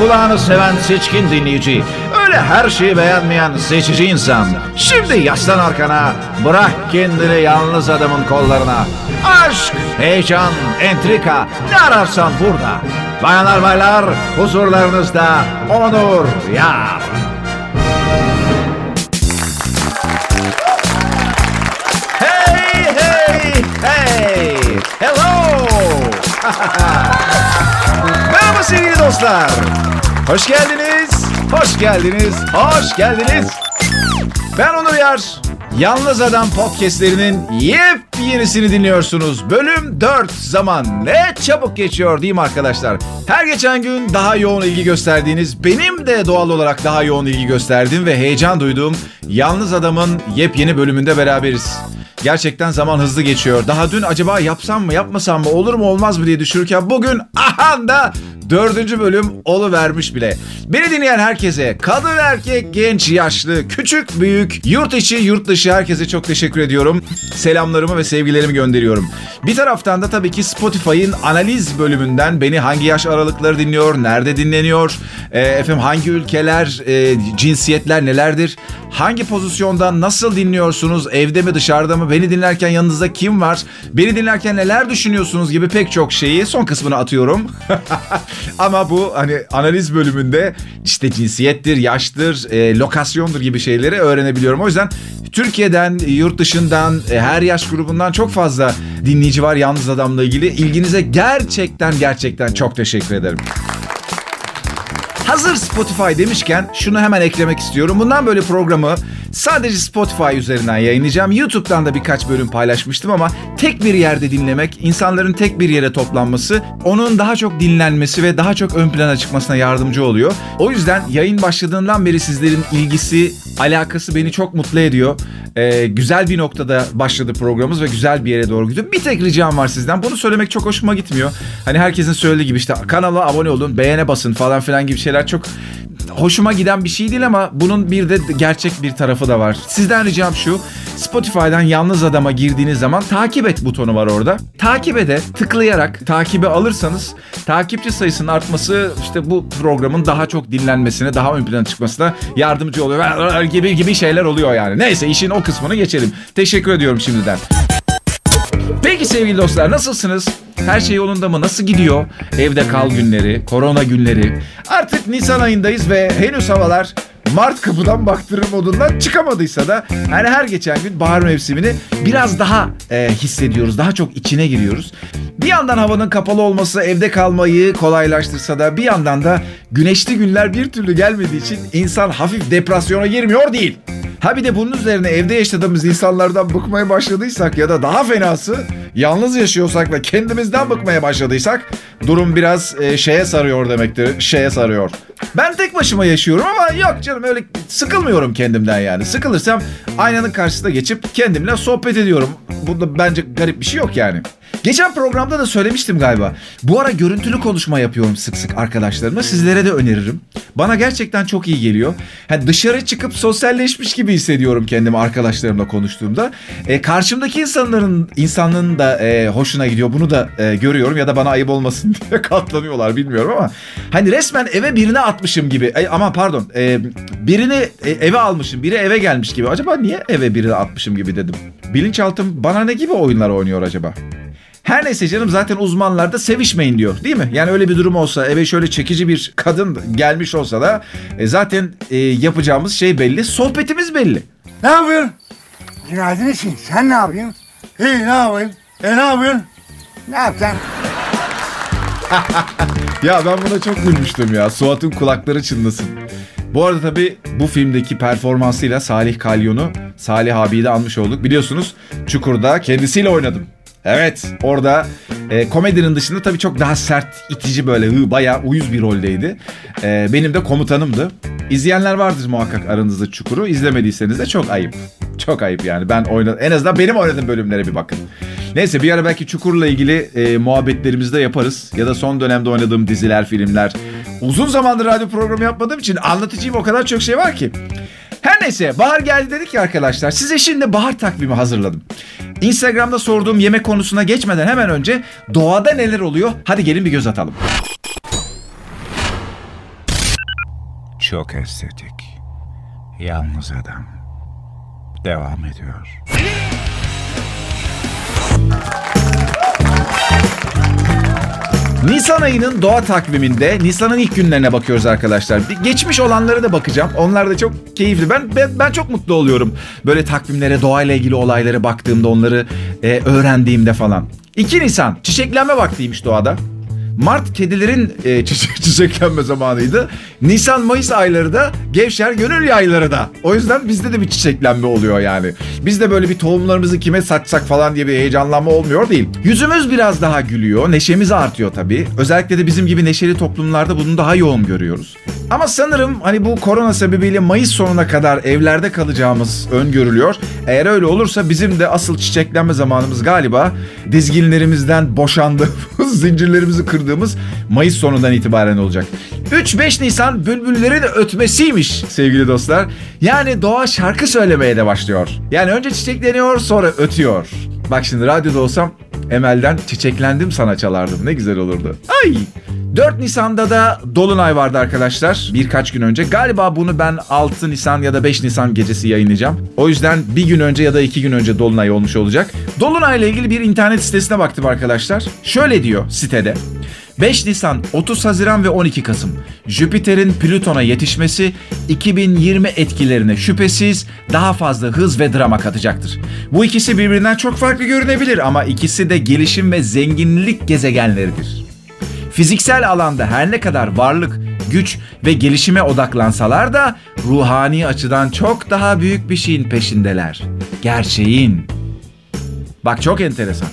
kulağını seven seçkin dinleyici, öyle her şeyi beğenmeyen seçici insan. Şimdi yaslan arkana, bırak kendini yalnız adamın kollarına. Aşk, heyecan, entrika, ne ararsan burada. Bayanlar baylar, huzurlarınızda Onur Yar. Hey hey hey, hello. Merhaba sevgili dostlar. Hoş geldiniz, hoş geldiniz, hoş geldiniz. Ben Onur Yar. Yalnız Adam podcastlerinin yepyenisini dinliyorsunuz. Bölüm 4 zaman ne çabuk geçiyor değil mi arkadaşlar? Her geçen gün daha yoğun ilgi gösterdiğiniz, benim de doğal olarak daha yoğun ilgi gösterdiğim ve heyecan duyduğum Yalnız Adam'ın yepyeni bölümünde beraberiz. Gerçekten zaman hızlı geçiyor. Daha dün acaba yapsam mı yapmasam mı olur mu olmaz mı diye düşünürken bugün da 4. bölüm oluvermiş bile. Beni dinleyen herkese, kadın erkek, genç yaşlı, küçük büyük, yurt içi yurt dışı herkese çok teşekkür ediyorum. Selamlarımı ve sevgilerimi gönderiyorum. Bir taraftan da tabii ki Spotify'ın analiz bölümünden beni hangi yaş aralıkları dinliyor, nerede dinleniyor, efendim hangi ülkeler, cinsiyetler nelerdir, hangi pozisyondan nasıl dinliyorsunuz, evde mi dışarıda mı, beni dinlerken yanınızda kim var, beni dinlerken neler düşünüyorsunuz gibi pek çok şeyi son kısmına atıyorum. Ama bu hani analiz bölümünde işte cinsiyettir, yaştır, lokasyondur gibi şeyleri öğrenebiliyorum. O yüzden Türkiye'den, yurt dışından, her yaş grubundan çok fazla dinleyici var Yalnız Adam'la ilgili. İlginize gerçekten çok teşekkür ederim. Hazır Spotify demişken şunu hemen eklemek istiyorum. Bundan böyle programı sadece Spotify üzerinden yayınlayacağım. YouTube'dan da birkaç bölüm paylaşmıştım ama tek bir yerde dinlemek, insanların tek bir yere toplanması, onun daha çok dinlenmesi ve daha çok ön plana çıkmasına yardımcı oluyor. O yüzden yayın başladığından beri sizlerin ilgisi, alakası beni çok mutlu ediyor. Güzel bir noktada başladı programımız ve güzel bir yere doğru gidiyor. Bir tek ricam var sizden. Bunu söylemek çok hoşuma gitmiyor. Hani herkesin söylediği gibi işte kanala abone olun, beğene basın falan filan gibi şeyler çok hoşuma giden bir şey değil ama bunun bir de gerçek bir tarafı da var. Sizden ricam şu: Spotify'dan Yalnız Adam'a girdiğiniz zaman takip et butonu var orada. Takibe tıklayarak takibe alırsanız takipçi sayısının artması işte bu programın daha çok dinlenmesine, daha ön plana çıkmasına yardımcı oluyor gibi şeyler oluyor yani. Neyse, işin o kısmını geçelim. Teşekkür ediyorum şimdiden. Peki sevgili dostlar, nasılsınız? Her şey yolunda mı? Nasıl gidiyor? Evde kal günleri, korona günleri. Artık Nisan ayındayız ve henüz havalar Mart kapıdan baktırır modundan çıkamadıysa da hani her geçen gün bahar mevsimini biraz daha hissediyoruz. Daha çok içine giriyoruz. Bir yandan havanın kapalı olması evde kalmayı kolaylaştırsa da bir yandan da güneşli günler bir türlü gelmediği için insan hafif depresyona girmiyor değil. Ha bir de bunun üzerine evde yaşadığımız insanlardan bıkmaya başladıysak ya da daha fenası yalnız yaşıyorsak ve kendimizden bıkmaya başladıysak durum biraz şeye sarıyor demektir. Şeye sarıyor. Ben tek başıma yaşıyorum ama yok canım, öyle sıkılmıyorum kendimden yani. Sıkılırsam aynanın karşısına geçip kendimle sohbet ediyorum. Bunda bence garip bir şey yok yani. Geçen programda da söylemiştim galiba. Bu ara görüntülü konuşma yapıyorum sık sık arkadaşlarımla. Sizlere de öneririm. Bana gerçekten çok iyi geliyor. Yani dışarı çıkıp sosyalleşmiş gibi hissediyorum kendimi arkadaşlarımla konuştuğumda. Karşımdaki insanların da hoşuna gidiyor. Bunu da görüyorum ya da bana ayıp olmasın diye katlanıyorlar, bilmiyorum ama. Hani resmen eve birini atmışım gibi. Birini eve almışım, biri eve gelmiş gibi. Acaba niye eve birini atmışım gibi dedim. Bilinçaltım bana ne gibi oyunlar oynuyor acaba? Her neyse canım, zaten uzmanlar da sevişmeyin diyor değil mi? Yani öyle bir durum olsa, eve şöyle çekici bir kadın gelmiş olsa da zaten yapacağımız şey belli, sohbetimiz belli. Ne yapıyorsun? Günaydın için. Sen ne yapıyorsun? İyi, ne yapayım? Ne yapıyorsun? Ne yapacaksın? Ya ben buna çok gülmüştüm ya. Suat'ın kulakları çınlasın. Bu arada tabii bu filmdeki performansıyla Salih Kalyon'u, Salih abiyi de almış olduk. Biliyorsunuz Çukur'da kendisiyle oynadım. Evet, orada komedinin dışında tabii çok daha sert, itici, böyle bayağı uyuz bir roldeydi. Benim de komutanımdı. İzleyenler vardır muhakkak aranızda Çukur'u. İzlemediyseniz de çok ayıp. Çok ayıp yani. En azından benim oynadığım bölümlere bir bakın. Neyse, bir ara belki Çukur'la ilgili muhabbetlerimizi de yaparız. Ya da son dönemde oynadığım diziler, filmler. Uzun zamandır radyo programı yapmadığım için anlatacağım o kadar çok şey var ki. Her neyse, bahar geldi dedik ya arkadaşlar. Size şimdi bahar takvimi hazırladım. Instagram'da sorduğum yemek konusuna geçmeden hemen önce doğada neler oluyor? Hadi gelin bir göz atalım. Çok estetik. Yalnız adam. Devam ediyor. Nisan ayının doğa takviminde Nisan'ın ilk günlerine bakıyoruz arkadaşlar. Geçmiş olanlara da bakacağım. Onlar da çok keyifli. Ben çok mutlu oluyorum. Böyle takvimlere, doğayla ilgili olaylara baktığımda, onları öğrendiğimde falan. 2 Nisan çiçeklenme vaktiymiş doğada. Mart kedilerin çiçeklenme zamanıydı. Nisan-Mayıs ayları da gevşer gönül yayları da. O yüzden bizde de bir çiçeklenme oluyor yani. Biz de böyle bir tohumlarımızı kime satsak falan diye bir heyecanlanma olmuyor değil. Yüzümüz biraz daha gülüyor. Neşemiz artıyor tabii. Özellikle de bizim gibi neşeli toplumlarda bunu daha yoğun görüyoruz. Ama sanırım hani bu korona sebebiyle Mayıs sonuna kadar evlerde kalacağımız öngörülüyor. Eğer öyle olursa bizim de asıl çiçeklenme zamanımız galiba dizginlerimizden boşandığımız, zincirlerimizi kırdığımız Mayıs sonundan itibaren olacak. 3-5 Nisan bülbüllerin ötmesiymiş sevgili dostlar. Yani doğa şarkı söylemeye de başlıyor. Yani önce çiçekleniyor, sonra ötüyor. Bak şimdi radyoda olsam Emel'den Çiçeklendim sana çalardım. Ne güzel olurdu. Ay! 4 Nisan'da da Dolunay vardı arkadaşlar. Birkaç gün önce. Galiba bunu ben 6 Nisan ya da 5 Nisan gecesi yayınlayacağım. O yüzden bir gün önce ya da 2 gün önce Dolunay olmuş olacak. Dolunay'la ilgili bir internet sitesine baktım arkadaşlar. Şöyle diyor sitede. 5 Nisan, 30 Haziran ve 12 Kasım. Jüpiter'in Plüton'a yetişmesi 2020 etkilerine şüphesiz daha fazla hız ve drama katacaktır. Bu ikisi birbirinden çok farklı görünebilir ama ikisi de gelişim ve zenginlik gezegenleridir. Fiziksel alanda her ne kadar varlık, güç ve gelişime odaklansalar da ruhani açıdan çok daha büyük bir şeyin peşindeler. Gerçeğin. Bak çok enteresan.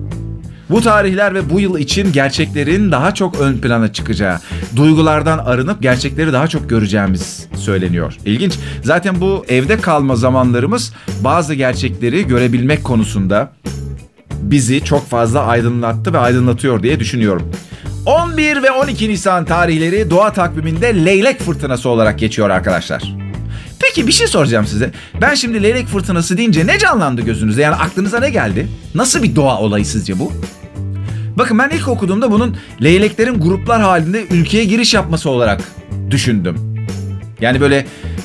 Bu tarihler ve bu yıl için gerçeklerin daha çok ön plana çıkacağı, duygulardan arınıp gerçekleri daha çok göreceğimiz söyleniyor. İlginç. Zaten bu evde kalma zamanlarımız bazı gerçekleri görebilmek konusunda bizi çok fazla aydınlattı ve aydınlatıyor diye düşünüyorum. 11 ve 12 Nisan tarihleri doğa takviminde leylek fırtınası olarak geçiyor arkadaşlar. Peki bir şey soracağım size. Ben şimdi leylek fırtınası deyince ne canlandı gözünüzde? Yani aklınıza ne geldi? Nasıl bir doğa olayı sizce bu? Bakın ben ilk okuduğumda bunun leyleklerin gruplar halinde ülkeye giriş yapması olarak düşündüm. Yani böyle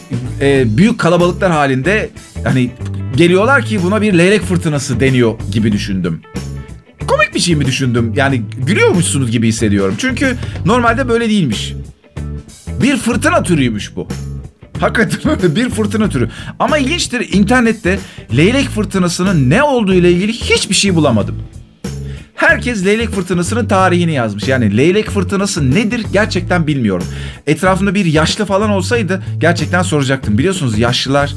büyük kalabalıklar halinde hani geliyorlar ki buna bir leylek fırtınası deniyor gibi düşündüm. Komik bir şey mi düşündüm? Yani gülüyormuşsunuz gibi hissediyorum. Çünkü normalde böyle değilmiş. Bir fırtına türüymüş bu. Hakikaten bir fırtına türü. Ama ilginçtir, internette leylek fırtınasının ne olduğu ile ilgili hiçbir şey bulamadım. Herkes leylek fırtınasının tarihini yazmış. Yani leylek fırtınası nedir gerçekten bilmiyorum. Etrafımda bir yaşlı falan olsaydı gerçekten soracaktım. Biliyorsunuz yaşlılar,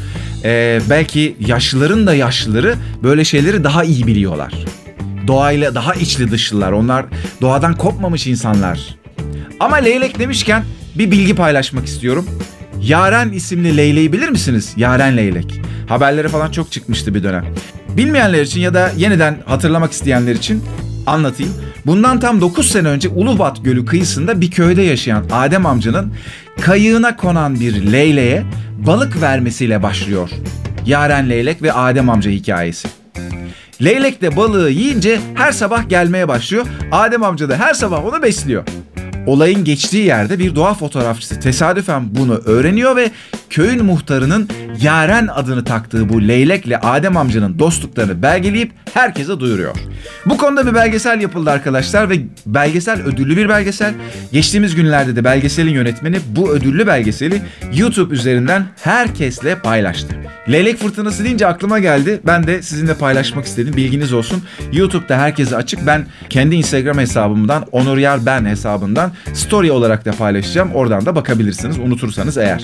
belki yaşlıların da yaşlıları böyle şeyleri daha iyi biliyorlar. Doğayla daha içli dışlılar. Onlar doğadan kopmamış insanlar. Ama leylek demişken bir bilgi paylaşmak istiyorum. Yaren isimli leyleği bilir misiniz? Yaren leylek. Haberlere falan çok çıkmıştı bir dönem. Bilmeyenler için ya da yeniden hatırlamak isteyenler için anlatayım. Bundan tam 9 sene önce Ulubat Gölü kıyısında bir köyde yaşayan Adem amcanın kayığına konan bir leyleğe balık vermesiyle başlıyor Yaren leylek ve Adem amca hikayesi. Leylek de balığı yiyince her sabah gelmeye başlıyor. Adem amca da her sabah onu besliyor. Olayın geçtiği yerde bir doğa fotoğrafçısı tesadüfen bunu öğreniyor ve köyün muhtarının Yaren adını taktığı bu leylekle Adem amcanın dostluklarını belgeleyip herkese duyuruyor. Bu konuda bir belgesel yapıldı arkadaşlar ve belgesel ödüllü bir belgesel. Geçtiğimiz günlerde de belgeselin yönetmeni bu ödüllü belgeseli YouTube üzerinden herkesle paylaştı. Leylek fırtınası deyince aklıma geldi. Ben de sizinle paylaşmak istedim. Bilginiz olsun. YouTube'da herkese açık. Ben kendi Instagram hesabımdan, Onur Yar Ben hesabından story olarak da paylaşacağım. Oradan da bakabilirsiniz unutursanız eğer.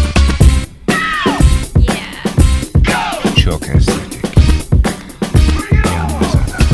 Çok estetik. Yalnız adam.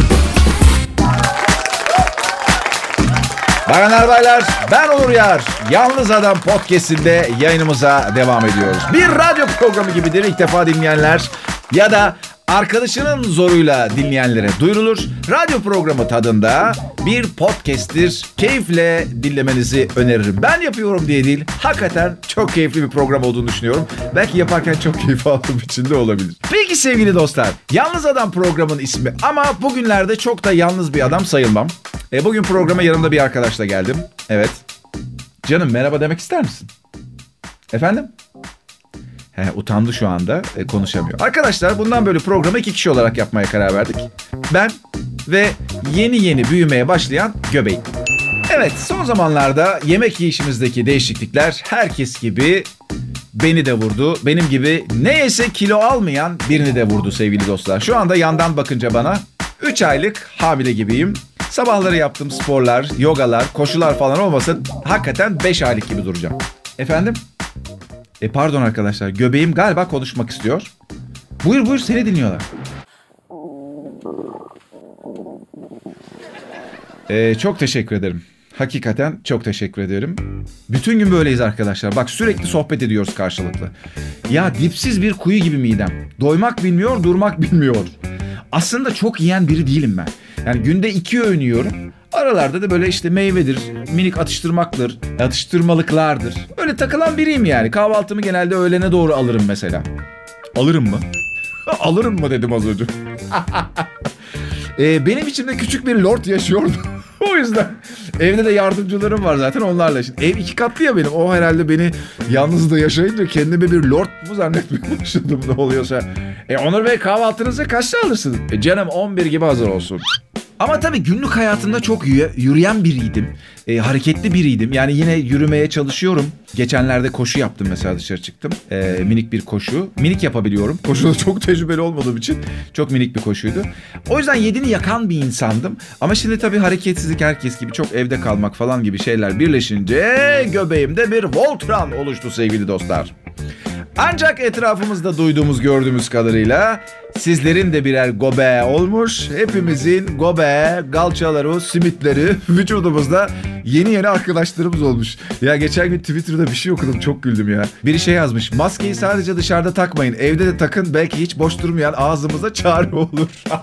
Bayanlar baylar, ben Onur Yar. Yalnız Adam podcast'inde yayınımıza devam ediyoruz. Bir radyo programı gibidir, ilk defa dinleyenler ya da arkadaşının zoruyla dinleyenlere duyurulur. Radyo programı tadında bir podcast'tir. Keyifle dinlemenizi öneririm. Ben yapıyorum diye değil, hakikaten çok keyifli bir program olduğunu düşünüyorum. Belki yaparken çok keyif aldığım için de olabilir. Peki sevgili dostlar, Yalnız Adam programın ismi ama bugünlerde çok da yalnız bir adam sayılmam. Bugün programa yanımda bir arkadaşla geldim. Evet. Canım merhaba demek ister misin? Efendim? Utandı şu anda, konuşamıyor. Arkadaşlar bundan böyle programı 2 kişi olarak yapmaya karar verdik. Ben ve yeni büyümeye başlayan göbeğim. Evet, son zamanlarda yemek yiyişimizdeki değişiklikler herkes gibi beni de vurdu. Benim gibi neyse kilo almayan birini de vurdu sevgili dostlar. Şu anda yandan bakınca bana 3 aylık hamile gibiyim. Sabahları yaptığım sporlar, yogalar, koşular falan olmasa hakikaten 5 aylık gibi duracağım. Efendim? Pardon arkadaşlar, göbeğim galiba konuşmak istiyor. Buyur seni dinliyorlar. Çok teşekkür ederim. Hakikaten çok teşekkür ederim. Bütün gün böyleyiz arkadaşlar. Bak sürekli sohbet ediyoruz karşılıklı. Ya dipsiz bir kuyu gibi midem. Doymak bilmiyor, durmak bilmiyor. Aslında çok yiyen biri değilim ben. Yani günde 2 öğün yiyorum. Aralarda da böyle işte meyvedir, minik atıştırmalıklardır. Öyle takılan biriyim yani. Kahvaltımı genelde öğlene doğru alırım mesela. Alırım mı? Alırım mı dedim az önce. Benim içimde küçük bir lord yaşıyordu. O yüzden evde de yardımcılarım var zaten onlarla. Şimdi ev 2 katlı ya benim. O herhalde beni yalnız da yaşayınca kendimi bir lord mu zannetmeye başladım ne oluyorsa. Onur Bey kahvaltınızı kaçta alırsınız? Canım 11 gibi hazır olsun. Ama tabii günlük hayatımda çok yürüyen biriydim. Hareketli biriydim. Yani yine yürümeye çalışıyorum. Geçenlerde koşu yaptım mesela, dışarı çıktım. Minik bir koşu. Minik yapabiliyorum. Koşuda çok tecrübeli olmadığım için çok minik bir koşuydu. O yüzden yediğini yakan bir insandım. Ama şimdi tabii hareketsizlik, herkes gibi çok evde kalmak falan gibi şeyler birleşince göbeğimde bir Voltron oluştu sevgili dostlar. Ancak etrafımızda duyduğumuz, gördüğümüz kadarıyla sizlerin de birer gobe olmuş. Hepimizin gobe, galçaları, simitleri vücudumuzda yeni arkadaşlarımız olmuş. Ya geçen gün Twitter'da bir şey okudum, çok güldüm ya. Biri şey yazmış: maskeyi sadece dışarıda takmayın, evde de takın, belki hiç boş durmayan ağzımıza çare olur.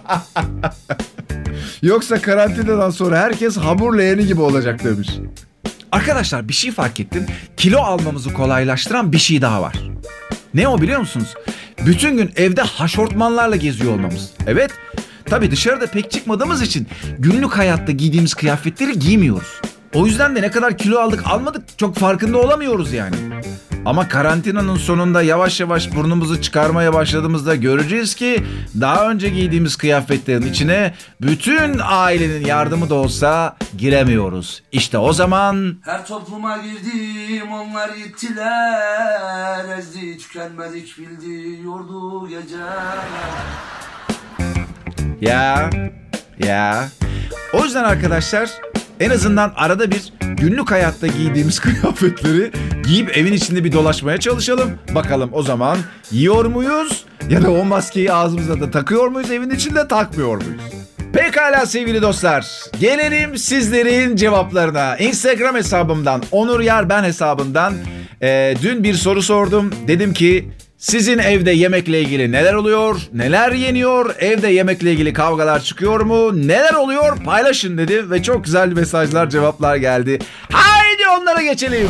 Yoksa karantinadan sonra herkes hamur leğeni gibi olacak demiş. Arkadaşlar bir şey fark ettim. Kilo almamızı kolaylaştıran bir şey daha var. Ne o biliyor musunuz? Bütün gün evde haşortmanlarla geziyor olmamız. Evet, tabii dışarıda pek çıkmadığımız için günlük hayatta giydiğimiz kıyafetleri giymiyoruz. O yüzden de ne kadar kilo aldık almadık çok farkında olamıyoruz yani. Ama karantinanın sonunda yavaş yavaş burnumuzu çıkarmaya başladığımızda göreceğiz ki daha önce giydiğimiz kıyafetlerin içine bütün ailenin yardımı da olsa giremiyoruz. İşte o zaman... Her topluma girdim, onlar gittiler. Ezdi tükenmedik bildi yordu gece. Ya. O yüzden arkadaşlar en azından arada bir günlük hayatta giydiğimiz kıyafetleri giyip evin içinde bir dolaşmaya çalışalım. Bakalım o zaman yiyor muyuz? Ya da o maskeyi ağzımıza da takıyor muyuz, evin içinde takmıyor muyuz? Pekala sevgili dostlar. Gelelim sizlerin cevaplarına. Instagram hesabımdan, Onur Yar Ben hesabından dün bir soru sordum. Dedim ki sizin evde yemekle ilgili neler oluyor? Neler yeniyor? Evde yemekle ilgili kavgalar çıkıyor mu? Neler oluyor? Paylaşın dedim ve çok güzel mesajlar, cevaplar geldi. Haydi onlara geçelim.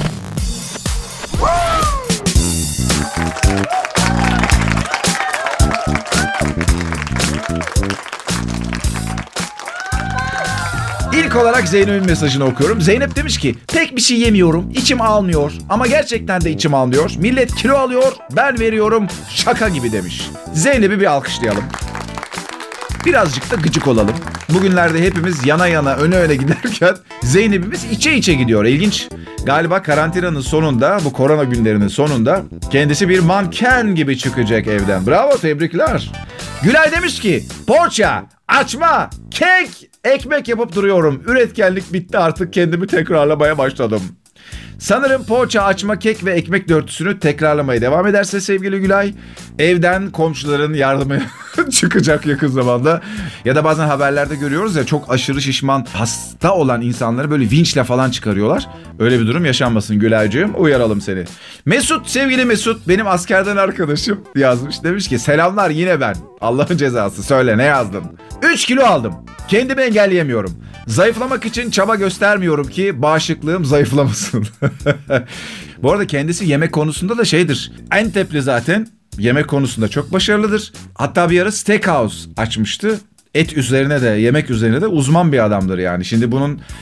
İlk olarak Zeynep'in mesajını okuyorum. Zeynep demiş ki pek bir şey yemiyorum, içim almıyor ama gerçekten de içim almıyor. Millet kilo alıyor, ben veriyorum, şaka gibi demiş. Zeynep'i bir alkışlayalım. Birazcık da gıcık olalım. Bugünlerde hepimiz yana yana, öne öne giderken Zeynep'imiz içe içe gidiyor. İlginç. Galiba karantinanın sonunda, bu korona günlerinin sonunda kendisi bir manken gibi çıkacak evden. Bravo, tebrikler. Gülay demiş ki poğaça, açma, kek, ekmek yapıp duruyorum. Üretkenlik bitti, artık kendimi tekrarlamaya başladım. Sanırım poğaça, açma, kek ve ekmek dörtüsünü tekrarlamaya devam ederse sevgili Gülay, evden komşuların yardımı çıkacak yakın zamanda. Ya da bazen haberlerde görüyoruz ya, çok aşırı şişman, hasta olan insanları böyle vinçle falan çıkarıyorlar. Öyle bir durum yaşanmasın Gülaycığım, uyaralım seni. Mesut, sevgili Mesut, benim askerden arkadaşım yazmış. Demiş ki selamlar, yine ben. Allah'ın cezası, söyle ne yazdın? 3 kilo aldım. Kendimi engelleyemiyorum. Zayıflamak için çaba göstermiyorum ki bağışıklığım zayıflamasın. Bu arada kendisi yemek konusunda da şeydir. Antepli zaten. Yemek konusunda çok başarılıdır. Hatta bir ara steakhouse açmıştı. et üzerine de yemek üzerine de uzman bir adamdır yani. Şimdi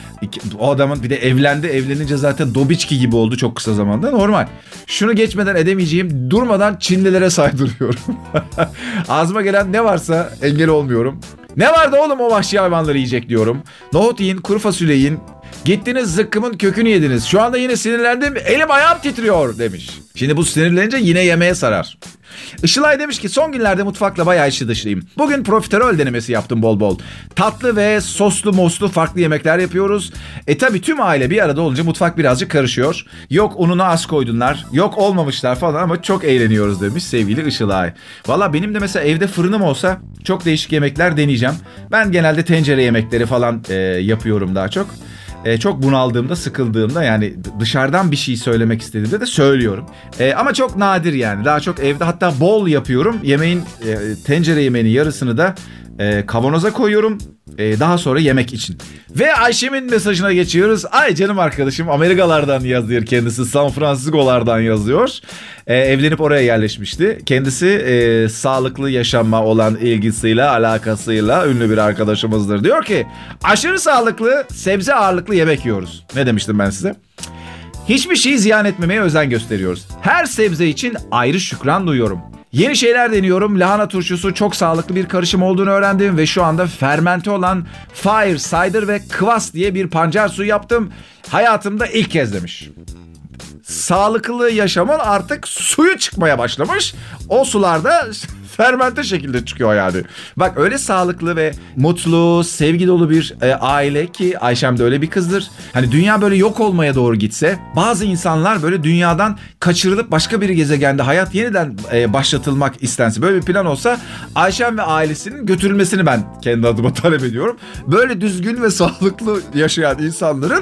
o adamın bir de evlenince zaten Dobiçki gibi oldu çok kısa zamanda, normal. Şunu geçmeden edemeyeceğim, durmadan Çinlilere saydırıyorum. Ağzıma gelen ne varsa engel olmuyorum. Ne vardı oğlum o vahşi hayvanları yiyecek diyorum. Nohut yiyin, kuru fasulye yiyin. Gittiniz zıkkımın kökünü yediniz. Şu anda yine sinirlendim, elim ayağım titriyor demiş. Şimdi bu sinirlenince yine yemeğe sarar. Işılay demiş ki son günlerde mutfakla bayağı içi dışlıyım. Bugün profiterol denemesi yaptım bol bol. Tatlı ve soslu moslu farklı yemekler yapıyoruz. Tabi tüm aile bir arada olunca mutfak birazcık karışıyor. Yok ununu az koydunlar, yok olmamışlar falan ama çok eğleniyoruz demiş sevgili Işılay. Valla benim de mesela evde fırınım olsa çok değişik yemekler deneyeceğim. Ben genelde tencere yemekleri falan yapıyorum daha çok. Çok bunaldığımda, sıkıldığımda, yani dışarıdan bir şey söylemek istediğimde de söylüyorum. Ama çok nadir yani. Daha çok evde, hatta bol yapıyorum. Tencere yemeğinin yarısını da kavanoza koyuyorum. Daha sonra yemek için. Ve Ayşem'in mesajına geçiyoruz. Ay canım arkadaşım, Amerikalardan yazıyor kendisi. San Francisco'lardan yazıyor. Evlenip oraya yerleşmişti. Kendisi sağlıklı yaşama olan ilgisiyle, alakasıyla ünlü bir arkadaşımızdır. Diyor ki aşırı sağlıklı, sebze ağırlıklı yemek yiyoruz. Ne demiştim ben size? Hiçbir şeyi ziyan etmemeye özen gösteriyoruz. Her sebze için ayrı şükran duyuyorum. Yeni şeyler deniyorum. Lahana turşusu çok sağlıklı bir karışım olduğunu öğrendim ve şu anda fermente olan fire cider ve kvass diye bir pancar suyu yaptım. Hayatımda ilk kez demiş. Sağlıklı yaşamın artık suyu çıkmaya başlamış. O sularda fermente şekilde çıkıyor yani. Bak öyle sağlıklı ve mutlu, sevgi dolu bir aile ki Ayşem de öyle bir kızdır. Hani dünya böyle yok olmaya doğru gitse, bazı insanlar böyle dünyadan kaçırılıp başka bir gezegende hayat yeniden başlatılmak istense, böyle bir plan olsa Ayşem ve ailesinin götürülmesini ben kendi adıma talep ediyorum. Böyle düzgün ve sağlıklı yaşayan insanların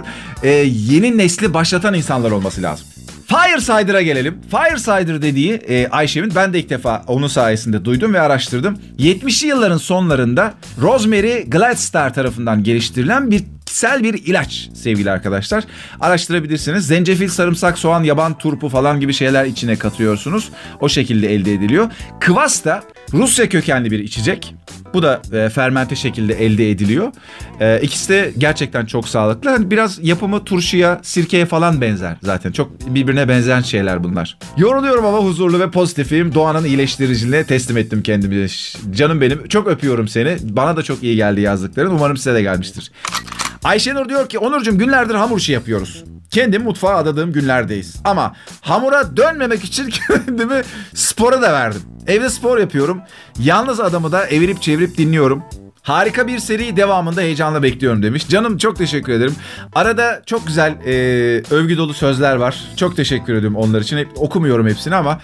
yeni nesli başlatan insanlar olması lazım. Fire cider'a gelelim. Fire cider dediği Ayşem'in, ben de ilk defa onun sayesinde duydum ve araştırdım. 70'li yılların sonlarında Rosemary Gladstar tarafından geliştirilen bitkisel bir ilaç sevgili arkadaşlar. Araştırabilirsiniz. Zencefil, sarımsak, soğan, yaban turpu falan gibi şeyler içine katıyorsunuz. O şekilde elde ediliyor. Kvass da Rusya kökenli bir içecek. Bu da fermente şekilde elde ediliyor. İkisi de gerçekten çok sağlıklı. Hani biraz yapımı turşuya, sirkeye falan benzer zaten. Çok birbirine benzeyen şeyler bunlar. Yoruluyorum ama huzurlu ve pozitifim. Doğanın iyileştiriciliğine teslim ettim kendimi. Canım benim, çok öpüyorum seni. Bana da çok iyi geldi yazdıkların. Umarım size de gelmiştir. Ayşenur diyor ki Onurcuğum, günlerdir hamur işi yapıyoruz. Kendim mutfağa adadığım günlerdeyiz. Ama hamura dönmemek için kendimi spora da verdim. Evde spor yapıyorum. Yalnız adamı da evirip çevirip dinliyorum. Harika bir seri, devamında heyecanla bekliyorum demiş. Canım çok teşekkür ederim. Arada çok güzel övgü dolu sözler var. Çok teşekkür ediyorum onlar için. Okumuyorum hepsini ama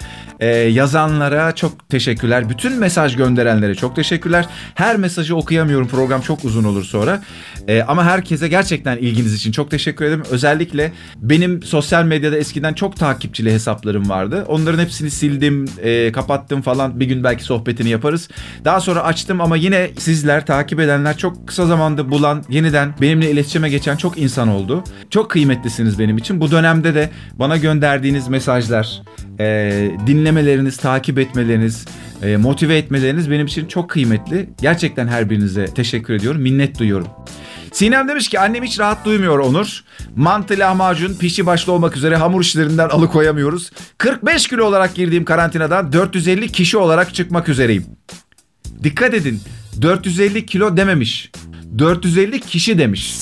yazanlara çok teşekkürler. Bütün mesaj gönderenlere çok teşekkürler. Her mesajı okuyamıyorum. Program çok uzun olur sonra. Ama herkese gerçekten ilginiz için çok teşekkür ederim. Özellikle benim sosyal medyada eskiden çok takipçili hesaplarım vardı. Onların hepsini sildim, kapattım falan. Bir gün belki sohbetini yaparız. Daha sonra açtım ama yine sizler, takip edenler, çok kısa zamanda bulan, yeniden benimle iletişime geçen çok insan oldu. Çok kıymetlisiniz benim için. Bu dönemde de bana gönderdiğiniz mesajlar, dinlemeleriniz, takip etmeleriniz, motive etmeleriniz benim için çok kıymetli. Gerçekten her birinize teşekkür ediyorum, minnet duyuyorum. Sinem demiş ki annem hiç rahat duymuyor Onur. Mantı, lahmacun, pişi başta olmak üzere hamur işlerinden alıkoyamıyoruz. 45 kilo olarak girdiğim karantinadan 450 kişi olarak çıkmak üzereyim. Dikkat edin, 450 kilo dememiş. 450 kişi demiş.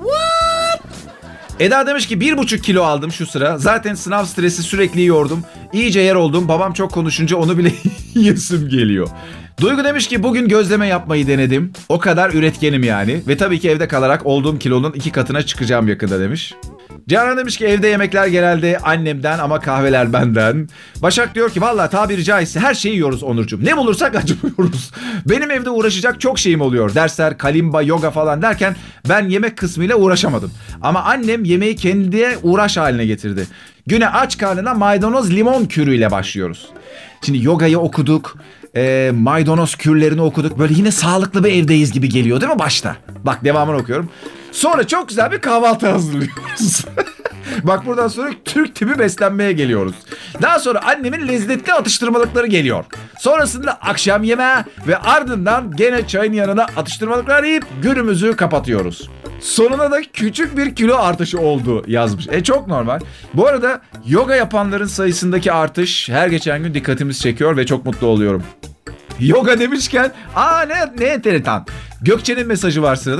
Eda demiş ki 1,5 kilo aldım şu sıra. Zaten sınav stresi sürekli yiyordum. İyice yer oldum. Babam çok konuşunca onu bile yesim geliyor. Duygu demiş ki bugün gözleme yapmayı denedim. O kadar üretkenim yani. Ve tabii ki evde kalarak olduğum kilonun 2 katına çıkacağım yakında demiş. Canan demiş ki evde yemekler genelde annemden ama kahveler benden. Başak diyor ki vallahi tabiri caizse her şeyi yiyoruz Onurcuğum. Ne bulursak acımıyoruz. Benim evde uğraşacak çok şeyim oluyor. Dersler, kalimba, yoga falan derken ben yemek kısmıyla uğraşamadım. Ama annem yemeği kendine uğraş haline getirdi. Güne aç karnına maydanoz limon kürüyle başlıyoruz. Şimdi yogayı okuduk. Maydanoz kürlerini okuduk. Böyle yine sağlıklı bir evdeyiz gibi geliyor değil mi başta? Bak devamını okuyorum. Sonra çok güzel bir kahvaltı hazırlıyoruz. Bak buradan sonra Türk tipi beslenmeye geliyoruz. Daha sonra annemin lezzetli atıştırmalıkları geliyor. Sonrasında akşam yemeği ve ardından gene çayın yanına atıştırmalıklar yiyip günümüzü kapatıyoruz. Sonuna da küçük bir kilo artışı oldu yazmış. Çok normal. Bu arada yoga yapanların sayısındaki artış her geçen gün dikkatimizi çekiyor ve çok mutlu oluyorum. Yoga demişken ne enteresan. Gökçe'nin mesajı var sırada.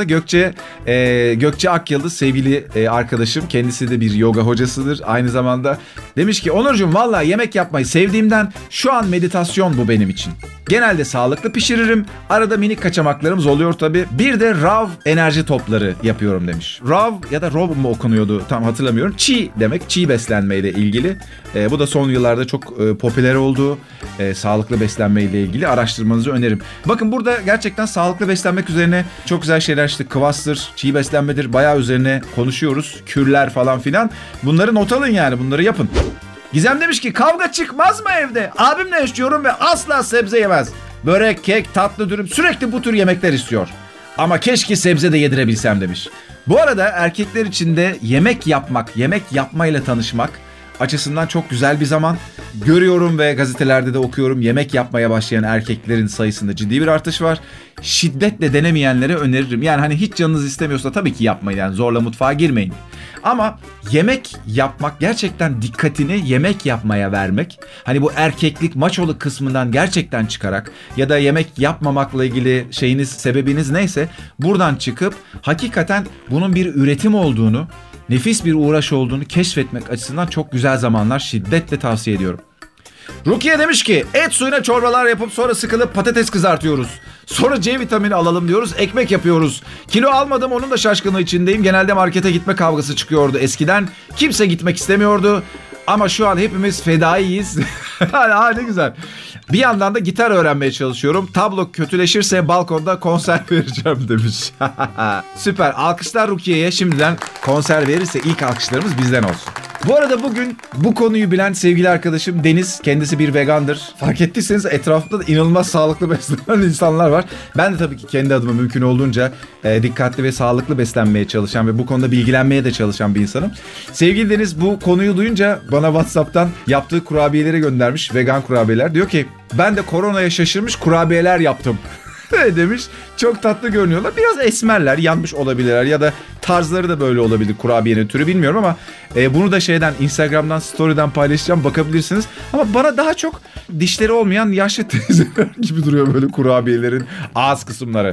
Gökçe Akyıldız sevgili arkadaşım. Kendisi de bir yoga hocasıdır. Aynı zamanda demiş ki Onurcuğum vallahi yemek yapmayı sevdiğimden şu an meditasyon bu benim için. Genelde sağlıklı pişiririm. Arada minik kaçamaklarımız oluyor tabii. Bir de RAV enerji topları yapıyorum demiş. RAV ya da RAV mu okunuyordu tam hatırlamıyorum. Çiğ demek. Çiğ beslenmeyle ilgili. Bu da son yıllarda çok popüler oldu. Sağlıklı beslenmeyle ilgili araştırmanızı öneririm. Bakın burada gerçekten sağlıklı beslenmek üzerine çok güzel şeyler işte kıvastır, çiğ beslenmedir. Bayağı üzerine konuşuyoruz. Kürler falan filan. Bunları not alın yani. Bunları yapın. Gizem demiş ki kavga çıkmaz mı evde? Abimle yaşıyorum ve asla sebze yemez. Börek, kek, tatlı dürüm sürekli bu tür yemekler istiyor. Ama keşke sebze de yedirebilsem demiş. Bu arada erkekler için de yemek yapmak, yemek yapmayla tanışmak açısından çok güzel bir zaman. Görüyorum ve gazetelerde de okuyorum. Yemek yapmaya başlayan erkeklerin sayısında ciddi bir artış var. Şiddetle denemeyenlere öneririm. Yani hani hiç canınız istemiyorsa tabii ki yapmayın. Yani zorla mutfağa girmeyin. Ama yemek yapmak gerçekten dikkatini yemek yapmaya vermek. Hani bu erkeklik maçoluk kısmından gerçekten çıkarak ya da yemek yapmamakla ilgili sebebiniz neyse buradan çıkıp hakikaten bunun bir üretim olduğunu, nefis bir uğraş olduğunu keşfetmek açısından çok güzel zamanlar şiddetle tavsiye ediyorum. Rukiye demiş ki et suyuna çorbalar yapıp sonra sıkılıp patates kızartıyoruz. Sonra C vitamini alalım diyoruz, ekmek yapıyoruz. Kilo almadım onun da şaşkınlığı içindeyim. Genelde markete gitme kavgası çıkıyordu eskiden. Kimse gitmek istemiyordu. Ama şu an hepimiz fedaiyiz. Ne güzel. Bir yandan da gitar öğrenmeye çalışıyorum. Tablo kötüleşirse balkonda konser vereceğim demiş. Süper. Alkışlar Rukiye'ye şimdiden konser verirse ilk alkışlarımız bizden olsun. Bu arada bugün bu konuyu bilen sevgili arkadaşım Deniz, kendisi bir vegandır. Fark ettiyseniz etrafta da inanılmaz sağlıklı beslenen insanlar var. Ben de tabii ki kendi adıma mümkün olduğunca dikkatli ve sağlıklı beslenmeye çalışan ve bu konuda bilgilenmeye de çalışan bir insanım. Sevgili Deniz bu konuyu duyunca bana WhatsApp'tan yaptığı kurabiyeleri göndermiş. Vegan kurabiyeler. Diyor ki ben de koronaya şaşırmış kurabiyeler yaptım. Demiş. Çok tatlı görünüyorlar. Biraz esmerler, yanmış olabilirler ya da tarzları da böyle olabilir kurabiyenin türü bilmiyorum ama bunu da Instagram'dan, story'den paylaşacağım bakabilirsiniz. Ama bana daha çok dişleri olmayan yaşlı teyzeler gibi duruyor böyle kurabiyelerin ağız kısımları.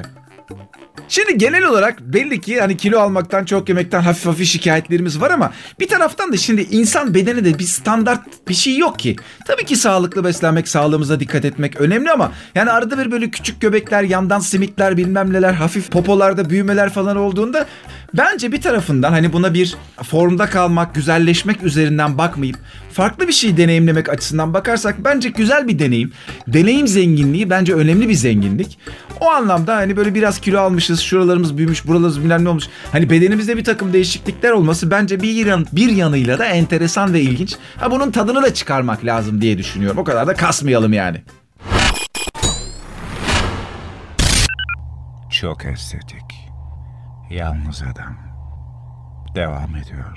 Şimdi genel olarak belli ki hani kilo almaktan, çok yemekten hafif şikayetlerimiz var ama bir taraftan da şimdi insan bedeni de bir standart bir şey yok ki. Tabii ki sağlıklı beslenmek, sağlığımıza dikkat etmek önemli ama yani arada bir böyle küçük göbekler, yandan simitler, bilmem neler, hafif popolarda büyümeler falan olduğunda bence bir tarafından hani buna bir formda kalmak, güzelleşmek üzerinden bakmayıp farklı bir şey deneyimlemek açısından bakarsak bence güzel bir deneyim. Deneyim zenginliği bence önemli bir zenginlik. O anlamda hani böyle biraz kilo almışız, şuralarımız büyümüş, buralarımız bilmem ne olmuş. Hani bedenimizde bir takım değişiklikler olması bence bir yanıyla da enteresan ve ilginç. Bunun tadını da çıkarmak lazım diye düşünüyorum. O kadar da kasmayalım yani. Çok estetik. Yalnız adam. Devam ediyor.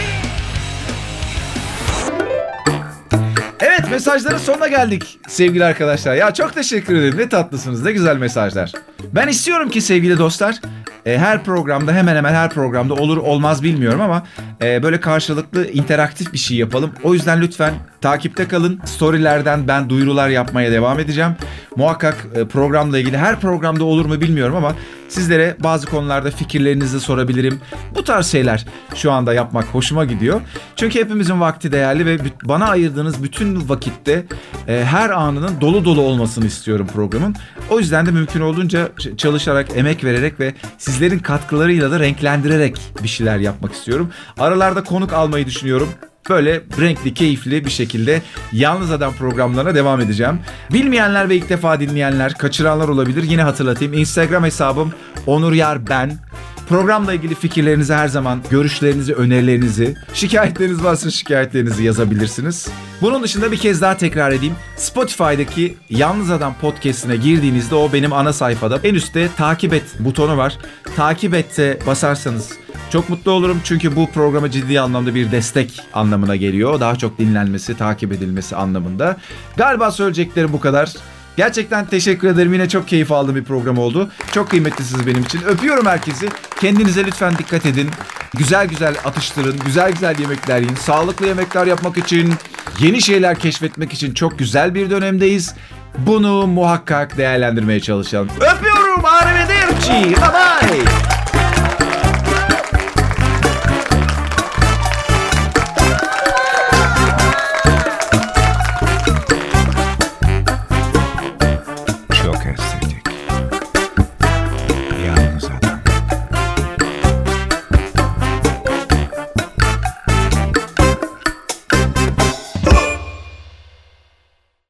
Evet, mesajların sonuna geldik sevgili arkadaşlar. Ya çok teşekkür ederim. Ne tatlısınız, ne güzel mesajlar. Ben istiyorum ki sevgili dostlar her programda, hemen hemen her programda olur olmaz bilmiyorum ama böyle karşılıklı interaktif bir şey yapalım. O yüzden lütfen takipte kalın. Storylerden ben duyurular yapmaya devam edeceğim. Muhakkak programla ilgili her programda olur mu bilmiyorum ama sizlere bazı konularda fikirlerinizi sorabilirim. Bu tarz şeyler şu anda yapmak hoşuma gidiyor. Çünkü hepimizin vakti değerli ve bana ayırdığınız bütün vakitte her anının dolu dolu olmasını istiyorum programın. O yüzden de mümkün olduğunca çalışarak, emek vererek ve sizlerin katkılarıyla da renklendirerek bir şeyler yapmak istiyorum. Aralarda konuk almayı düşünüyorum. Böyle renkli, keyifli bir şekilde Yalnız Adam programlarına devam edeceğim. Bilmeyenler ve ilk defa dinleyenler, kaçıranlar olabilir. Yine hatırlatayım. Instagram hesabım onuryarben. Programla ilgili fikirlerinizi her zaman, görüşlerinizi, önerilerinizi, şikayetleriniz varsa şikayetlerinizi yazabilirsiniz. Bunun dışında bir kez daha tekrar edeyim. Spotify'daki Yalnız Adam podcast'ine girdiğinizde o benim ana sayfada en üstte takip et butonu var. Takip etse basarsanız çok mutlu olurum çünkü bu programa ciddi anlamda bir destek anlamına geliyor. Daha çok dinlenmesi, takip edilmesi anlamında. Galiba söyleyeceklerim bu kadar. Gerçekten teşekkür ederim. Yine çok keyif aldığım bir program oldu. Çok kıymetlisiniz benim için. Öpüyorum herkesi. Kendinize lütfen dikkat edin. Güzel güzel atıştırın. Güzel güzel yemekler yiyin. Sağlıklı yemekler yapmak için, yeni şeyler keşfetmek için çok güzel bir dönemdeyiz. Bunu muhakkak değerlendirmeye çalışalım. Öpüyorum. Arrivederci. Bye bye.